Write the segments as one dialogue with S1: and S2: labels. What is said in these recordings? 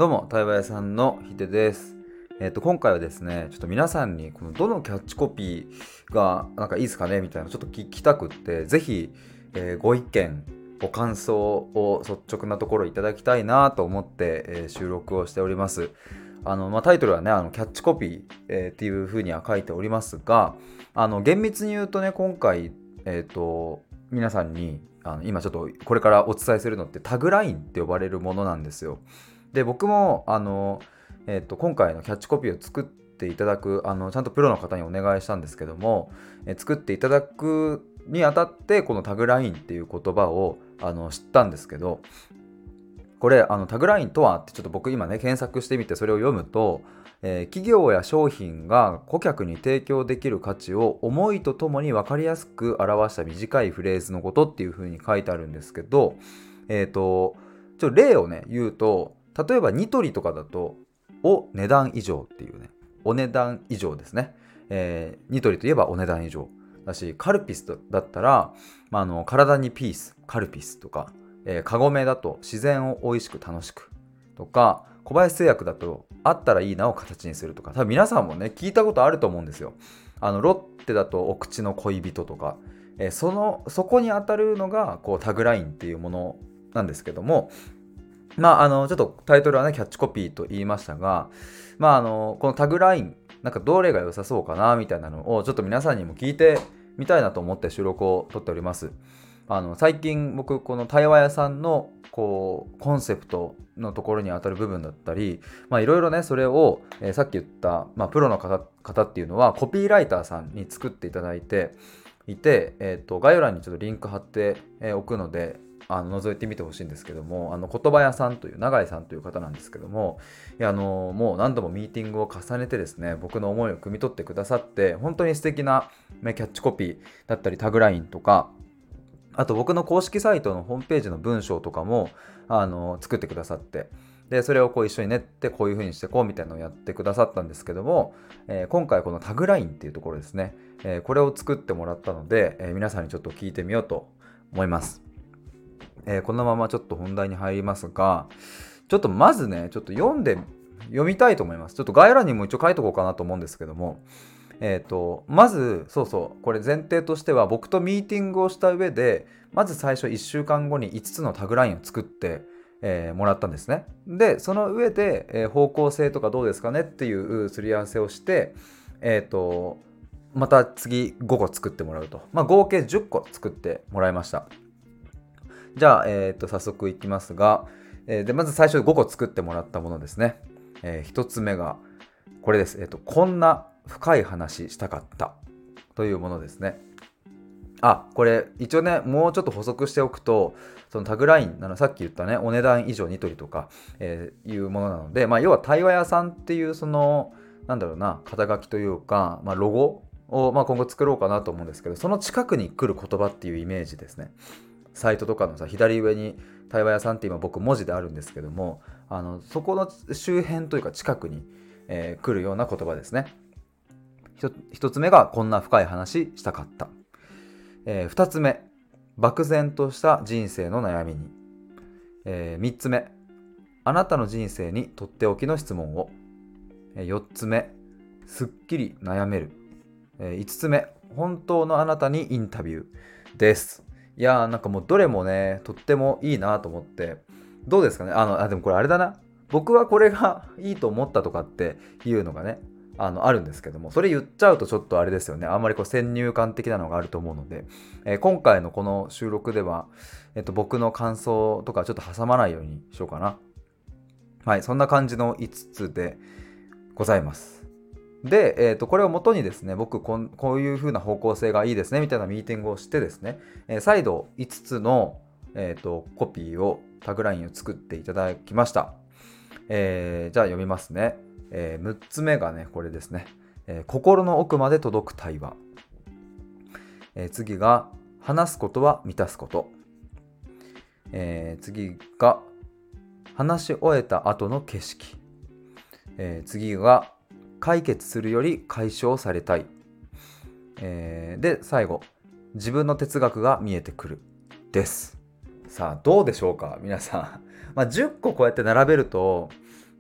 S1: どうも、対話屋さんのひでです。今回はですね、ちょっと皆さんにどのキャッチコピーがなんかいいですかねみたいなちょっと聞きたくって、ぜひ、ご意見、ご感想を率直なところいただきたいなと思って、収録をしております。タイトルはね、キャッチコピー、っていう風には書いておりますが、厳密に言うとね、今回、皆さんに今ちょっとこれからお伝えするのってタグラインって呼ばれるものなんですよ。で僕も今回のキャッチコピーを作っていただくちゃんとプロの方にお願いしたんですけども、作っていただくにあたってこのタグラインっていう言葉を知ったんですけど、これタグラインとはってちょっと僕今ね検索してみてそれを読むと、企業や商品が顧客に提供できる価値を思いとともに分かりやすく表した短いフレーズのことっていう風に書いてあるんですけど、例をね言うと、例えばニトリとかだとお値段以上っていうね、お値段以上ですね、ニトリといえばお値段以上だし、カルピスだったら、体にピースカルピスとか、カゴメだと自然を美味しく楽しくとか、小林製薬だとあったらいいなを形にするとか、多分皆さんもね聞いたことあると思うんですよ。ロッテだとお口の恋人とか、そこに当たるのがこうタグラインっていうものなんですけども、ちょっとタイトルはねキャッチコピーと言いましたが、このタグラインなんかどれが良さそうかなみたいなのをちょっと皆さんにも聞いてみたいなと思って収録を撮っております。最近僕この対話屋さんのこうコンセプトのところに当たる部分だったり、いろいろねそれを、さっき言った、プロの方っていうのはコピーライターさんに作っていただいていて、概要欄にちょっとリンク貼っておくので覗いてみてほしいんですけども、言葉屋さんという永井さんという方なんですけども、もう何度もミーティングを重ねてですね、僕の思いを汲み取ってくださって、本当に素敵な、キャッチコピーだったりタグラインとか、あと僕の公式サイトのホームページの文章とかも作ってくださって、でそれをこう一緒に練ってこういう風にしてこうみたいなのをやってくださったんですけども、今回このタグラインっていうところですね、これを作ってもらったので、皆さんにちょっと聞いてみようと思います。このままちょっと本題に入りますが、ちょっとまずねちょっと読みたいと思います。ちょっと概要欄にも一応書いとこうかなと思うんですけども、まずこれ前提としては僕とミーティングをした上で、まず最初1週間後に5つのタグラインを作って、もらったんですね。でその上で、方向性とかどうですかねっていうすり合わせをして、また次5個作ってもらうと、合計10個作ってもらいました。じゃあ、早速いきますが、でまず最初5個作ってもらったものですね。1つ目がこれです。こんな深い話したかったというものですね。これ一応ねもうちょっと補足しておくと、そのタグラインさっき言ったねお値段以上ニトリとか、いうものなので、要は対話屋さんっていうその肩書きというか、ロゴを、今後作ろうかなと思うんですけど、その近くに来る言葉っていうイメージですね。サイトとかの左上に対話屋さんって今僕文字であるんですけども、そこの周辺というか近くに、来るような言葉ですね。一つ目がこんな深い話したかった。二つ目、漠然とした人生の悩みに。三つ目、あなたの人生にとっておきの質問を。四つ目、すっきり悩める。五つ目、本当のあなたにインタビューです。いやーなんかもうどれもねとってもいいなと思って、どうですかね。でもこれあれだな、僕はこれがいいと思ったとかっていうのがねあるんですけども、それ言っちゃうとちょっとあれですよね、あんまりこう先入観的なのがあると思うので、今回のこの収録では、僕の感想とかちょっと挟まないようにしようかな。はい、そんな感じの5つでございます。で、これをもとにですね、僕こういう風な方向性がいいですねみたいなミーティングをしてですね、再度5つの、コピーをタグラインを作っていただきました。じゃあ読みますね。6つ目がねこれですね、心の奥まで届く対話。次が話すことは満たすこと。次が話し終えた後の景色。次が解決するより解消されたい。で最後、自分の哲学が見えてくるです。さあどうでしょうか皆さん。10個こうやって並べると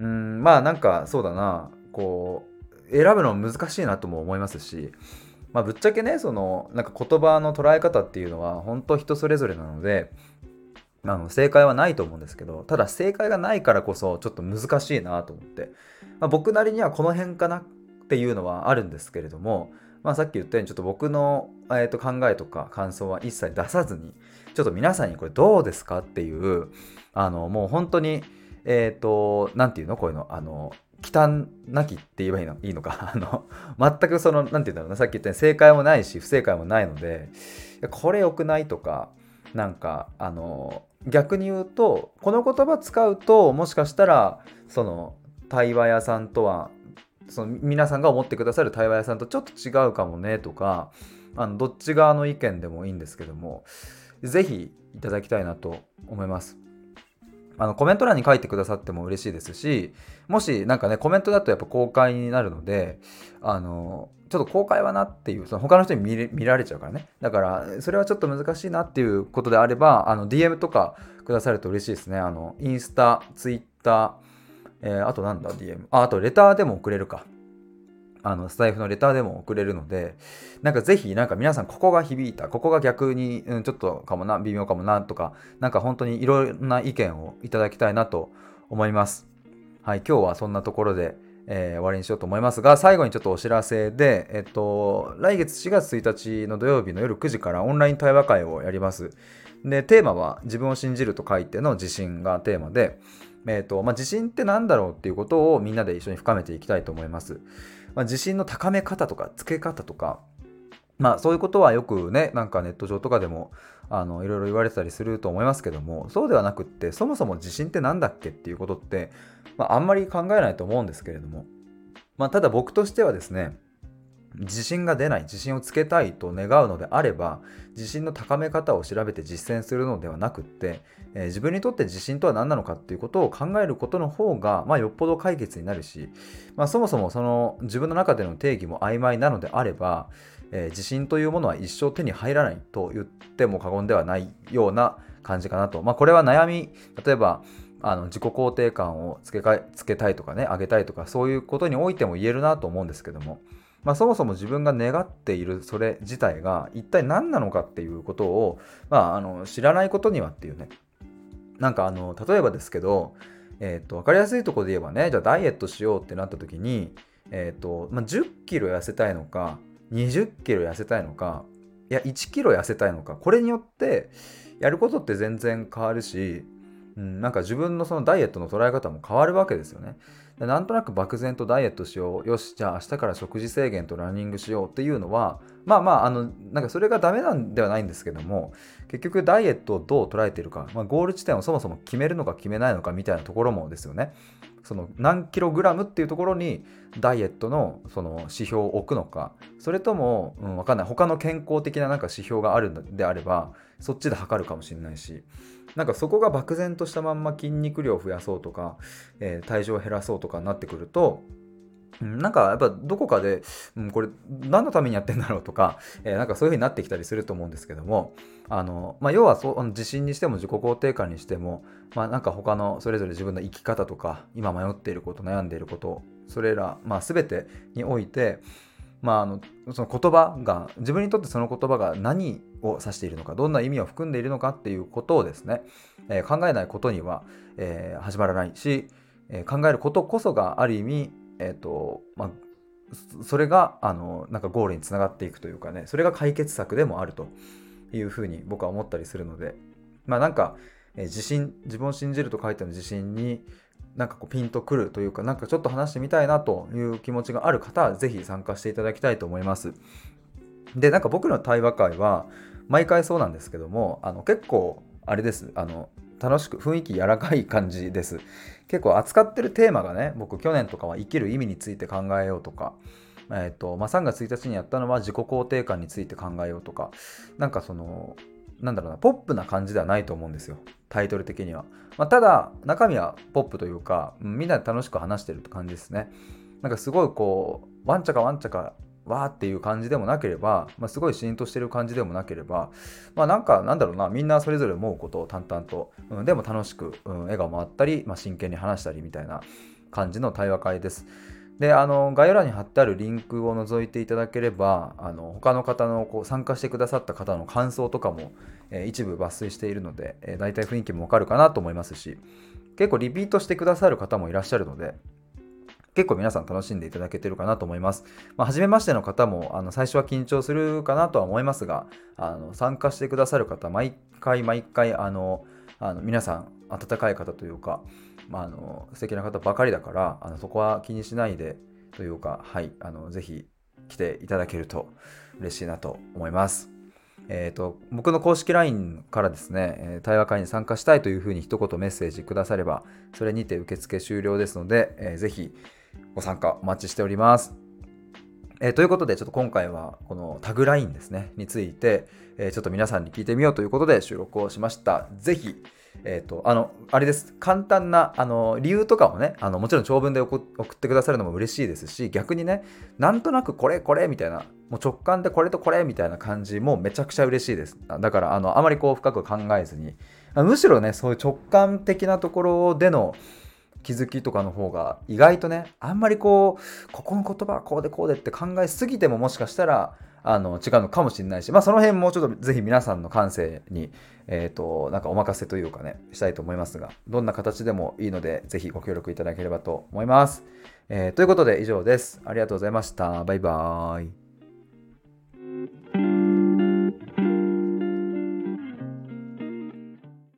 S1: まあなんかそうだな、こう選ぶの難しいなとも思いますし、まあぶっちゃけね、そのなんか言葉の捉え方っていうのは本当人それぞれなので、正解はないと思うんですけど、ただ正解がないからこそちょっと難しいなと思って、僕なりにはこの辺かなっていうのはあるんですけれども、さっき言ったようにちょっと僕の、考えとか感想は一切出さずに、ちょっと皆さんにこれどうですかっていう、もう本当に、なんていうのこういうの、忌憚なきって言えばいいのか、全くその、なんていうんだろうな、さっき言ったように正解もないし、不正解もないので、これ良くないとか、なんか、逆に言うと、この言葉使うと、もしかしたら、その、対話屋さんとは、その皆さんが思ってくださる対話屋さんとちょっと違うかもねとか、どっち側の意見でもいいんですけども、ぜひいただきたいなと思います。コメント欄に書いてくださっても嬉しいですし、もしなんかね、コメントだとやっぱ公開になるので、ちょっと公開はなっていう、その他の人に見られちゃうからね。だから、それはちょっと難しいなっていうことであれば、DM とかくださると嬉しいですね。インスタ、ツイッター、あとなんだ、DM。あとレターでも送れるか。スタイフのレターでも送れるので、なんかぜひ、なんか皆さんここが響いた、ここが逆に、ちょっとかもな、微妙かもなとか、なんか本当にいろんな意見をいただきたいなと思います。はい、今日はそんなところで、終わりにしようと思いますが、最後にちょっとお知らせで、来月4月1日の土曜日の夜9時からオンライン対話会をやります。で、テーマは自分を信じると書いての自信がテーマで、自信って何だろうっていうことをみんなで一緒に深めていきたいと思います。自信の高め方とかつけ方とか、そういうことはよくね、なんかネット上とかでもいろいろ言われてたりすると思いますけども、そうではなくって、そもそも自信って何だっけっていうことって、あんまり考えないと思うんですけれども、ただ僕としてはですね、自信が出ない、自信をつけたいと願うのであれば、自信の高め方を調べて実践するのではなくって、自分にとって自信とは何なのかっていうことを考えることの方が、よっぽど解決になるし、そもそもその自分の中での定義も曖昧なのであれば、自信というものは一生手に入らないと言っても過言ではないような感じかなと。これは悩み、例えば自己肯定感をつけたいとかね、上げたいとか、そういうことにおいても言えるなと思うんですけども、そもそも自分が願っているそれ自体が一体何なのかっていうことを、知らないことにはっていうね。なんか例えばですけど、分かりやすいところで言えばね、じゃあダイエットしようってなった時に、10キロ痩せたいのか、20キロ痩せたいのか、いや、1キロ痩せたいのか、これによってやることって全然変わるし、なんか自分のそのダイエットの捉え方も変わるわけですよね。なんとなく漠然とダイエットしよう、よし、じゃあ明日から食事制限とランニングしようっていうのは、なんかそれがダメなんではないんですけども、結局ダイエットをどう捉えているか、ゴール地点をそもそも決めるのか決めないのかみたいなところもですよね。その何キログラムっていうところにダイエットのその指標を置くのか、それとも、わかんない、他の健康的ななんか指標があるんであれば、そっちで測るかもしれないし、なんかそこが漠然としたまんま筋肉量を増やそうとか、体重を減らそうとかになってくると、なんかやっぱどこかで、これ何のためにやってんだろうとか、なんかそういう風になってきたりすると思うんですけども、要は自信にしても自己肯定感にしても、なんか他のそれぞれ自分の生き方とか、今迷っていること、悩んでいること、それら、全てにおいて、その言葉が、自分にとってその言葉が何を指しているのか、どんな意味を含んでいるのかっていうことをですね、考えないことには、始まらないし、考えることこそがある意味、それがなんかゴールにつながっていくというかね、それが解決策でもあるというふうに僕は思ったりするので、なんか、自分を信じると書いての自信になんかこうピンとくるというか、なんかちょっと話してみたいなという気持ちがある方はぜひ参加していただきたいと思います。で、なんか僕の対話会は毎回そうなんですけども、結構あれです。楽しく雰囲気柔らかい感じです。結構扱ってるテーマがね、僕去年とかは生きる意味について考えようとか、3月1日にやったのは自己肯定感について考えようとか、なんかその、なんだろうな、ポップな感じではないと思うんですよ。タイトル的には。ただ、中身はポップというか、みんなで楽しく話してるって感じですね。なんかすごいこう、ワンチャカワンチャカ、わーっていう感じでもなければ、すごいシーンとしてる感じでもなければ、なんかなんだろうな、みんなそれぞれ思うことを淡々と、でも楽しく、笑顔もあったり、真剣に話したりみたいな、 感じの対話会です。で、概要欄に貼ってあるリンクを覗いていただければ、他の方の参加してくださった方の感想とかも、一部抜粋しているので、大体雰囲気もわかるかなと思いますし、結構リピートしてくださる方もいらっしゃるので、結構皆さん楽しんでいただけてるかなと思います。初めましての方も最初は緊張するかなとは思いますが、参加してくださる方、毎回皆さん温かい方というか、素敵な方ばかりだから、そこは気にしないでというか、はい、ぜひ来ていただけると嬉しいなと思います。僕の公式 LINE からですね、対話会に参加したいというふうに一言メッセージくだされば、それにて受付終了ですので、ぜひご参加お待ちしております。ということで、ちょっと今回はこのタグラインですね、について、ちょっと皆さんに聞いてみようということで収録をしました。ぜひ、あれです。簡単な、理由とかもね、もちろん長文で送ってくださるのも嬉しいですし、逆にね、なんとなくこれみたいな、もう直感でこれとこれみたいな感じもめちゃくちゃ嬉しいです。だから、あまり深く考えずに、むしろね、そういう直感的なところでの気づきとかの方が意外とね、あんまりここの言葉はこうでこうでって考えすぎてももしかしたら違うのかもしれないし、その辺もちょっとぜひ皆さんの感性に、なんかお任せというかね、したいと思いますが、どんな形でもいいので、ぜひご協力いただければと思います。ということで以上です。ありがとうございました。バイバーイ。